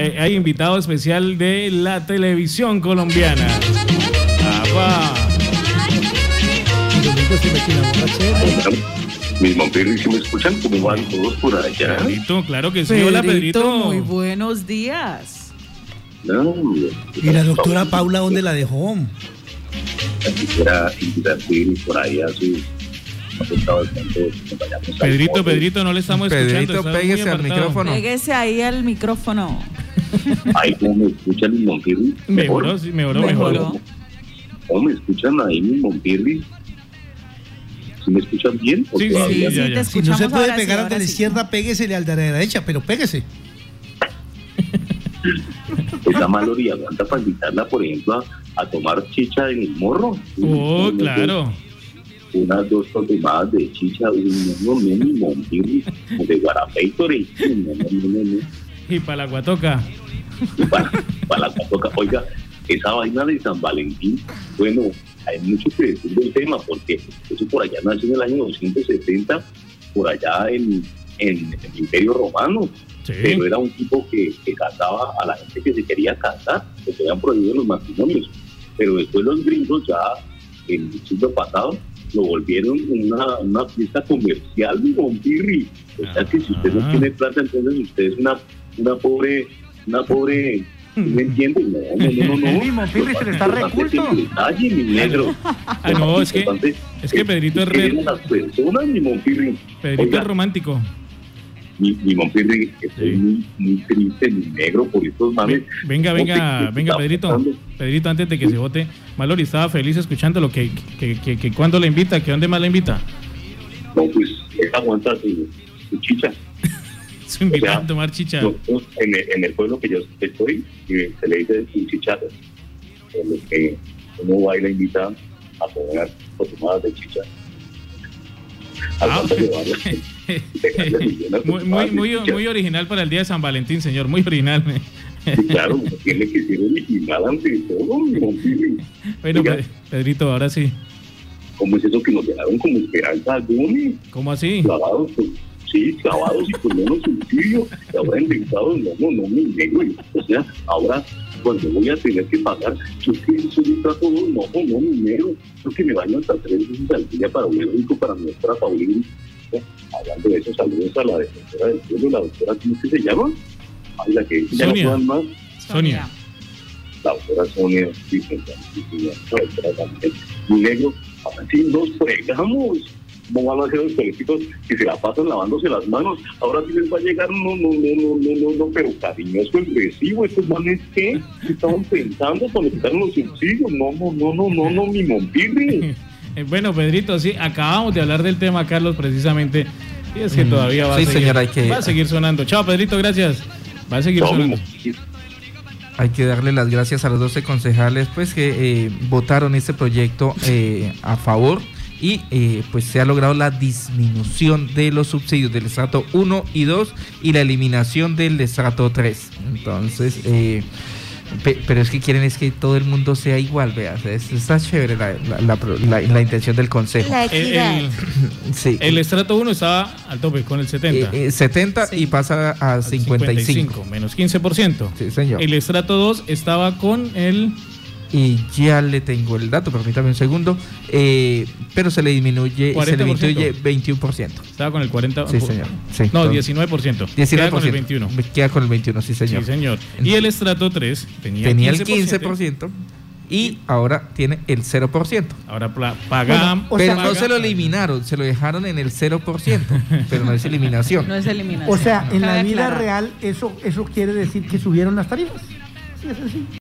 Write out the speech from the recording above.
hay invitado especial de la televisión colombiana. ¡Apa! Mis Monpirris, ¿sí me escuchan? ¿Cómo van todos por allá? Pedrito, claro que sí. Hola, Pedrito. Muy buenos días. No, ¿Y la doctora Paula dónde la dejó? Quisiera invitarse por ahí a su... Pedrito, no le estamos escuchando. Pedrito, péguese al micrófono. Péguese ahí al micrófono. Ay, ¿cómo me escuchan mis Monpirris? Mejoró. ¿Cómo me escuchan ahí mis Monpirris? ¿Sí me escuchan bien? Sí, ya. Si no se puede pegar al de la izquierda, péguesele al de la derecha, pero péguese. Esa Mallory aguanta para invitarla, por ejemplo, a tomar chicha en el morro. Oh, claro. Unas 2 toneladas de chicha, no, mi Monpirris, de Guarapeitore. No. Y para la guatoca. Para la guatoca. Oiga, esa vaina de San Valentín, bueno, hay mucho que decir del tema, porque eso por allá nació en el año 270, por allá en el Imperio Romano. Sí. Pero era un tipo que casaba a la gente que se quería casar, porque habían prohibido los matrimonios. Pero después los gringos, ya en el siglo pasado, lo volvieron una fiesta comercial de Monpirri. O sea que si usted no tiene plata, entonces usted es una pobre, ¿me entiende? No. Mi Monpirri se le está reculto. Detalle, mi negro. No, es que Pedrito es las personas, mi Monpirri. Pedrito es romántico. Mi Monpirri, estoy muy triste, mi negro, por estos mames. Venga, Pedrito. Pedrito, antes de que se vote, Mallory estaba feliz escuchando lo que cuándo le invita, que dónde más le invita. No, pues, aguanta su chicha. Su invita a tomar chicha. En el pueblo que yo estoy, se le dice un chicharro. En el que uno va y la invita a tomar tomadas de chicha. Muy original para el día de San Valentín, señor, muy original. Sí, claro, tiene que ser original ante todo, mi Monpirri. Bueno, Pedrito, ahora sí. ¿Cómo es eso que nos dejaron como esperanza alguna? ¿Cómo así? Clavados y con menos subsidio, y ahora endeudados, no, mi negro. O sea, ahora cuando voy a tener que pagar, yo que soy un trato, no, mi negro, yo que me baño hasta 3 veces al día para volver rico para nuestra Paulina. Hablando de eso, saludos a la defensora del pueblo, la doctora, ¿cómo es que se llama? Ay, la que ya Sonia. no puedan más. Sonia. La doctora Sonia, sí, la doctora también. Mi negro, ahora sí nos fregamos. ¿Cómo van a ser los políticos que se la pasan lavándose las manos? Ahora sí les va a llegar, no, pero cariñoso el recibo. Estos manes, ¿qué estaban pensando cuando quitaron los subsidios? No, mi Monpirri. Bueno, Pedrito, sí, acabamos de hablar del tema, Carlos, precisamente. Y es que todavía va a seguir sonando. Chao, Pedrito, gracias. Va a seguir sonando. Hay que darle las gracias a los 12 concejales pues que votaron este proyecto a favor. Y pues se ha logrado la disminución de los subsidios del estrato 1 y 2 y la eliminación del estrato 3. Entonces, pero es que quieren es que todo el mundo sea igual, veas, está chévere la intención del consejo. La equidad. Sí. El estrato 1 estaba al tope con el 70. 70 sí. Y pasa a 55. Menos 15%. Sí, señor. El estrato 2 estaba con el... Y ya le tengo el dato, permítame un segundo, pero se le disminuye 21%. Estaba con el 40%. Sí, señor. Sí, no, 19%. Queda con el 21%. Queda con el 21%, sí, señor. Sí, señor. Y el estrato 3 tenía el 15% y ahora tiene el 0%. Ahora pagan. Pero no se lo eliminaron, se lo dejaron en el 0%, pero no es eliminación. No es eliminación. O sea, en la vida real, eso quiere decir que subieron las tarifas. Sí, es así.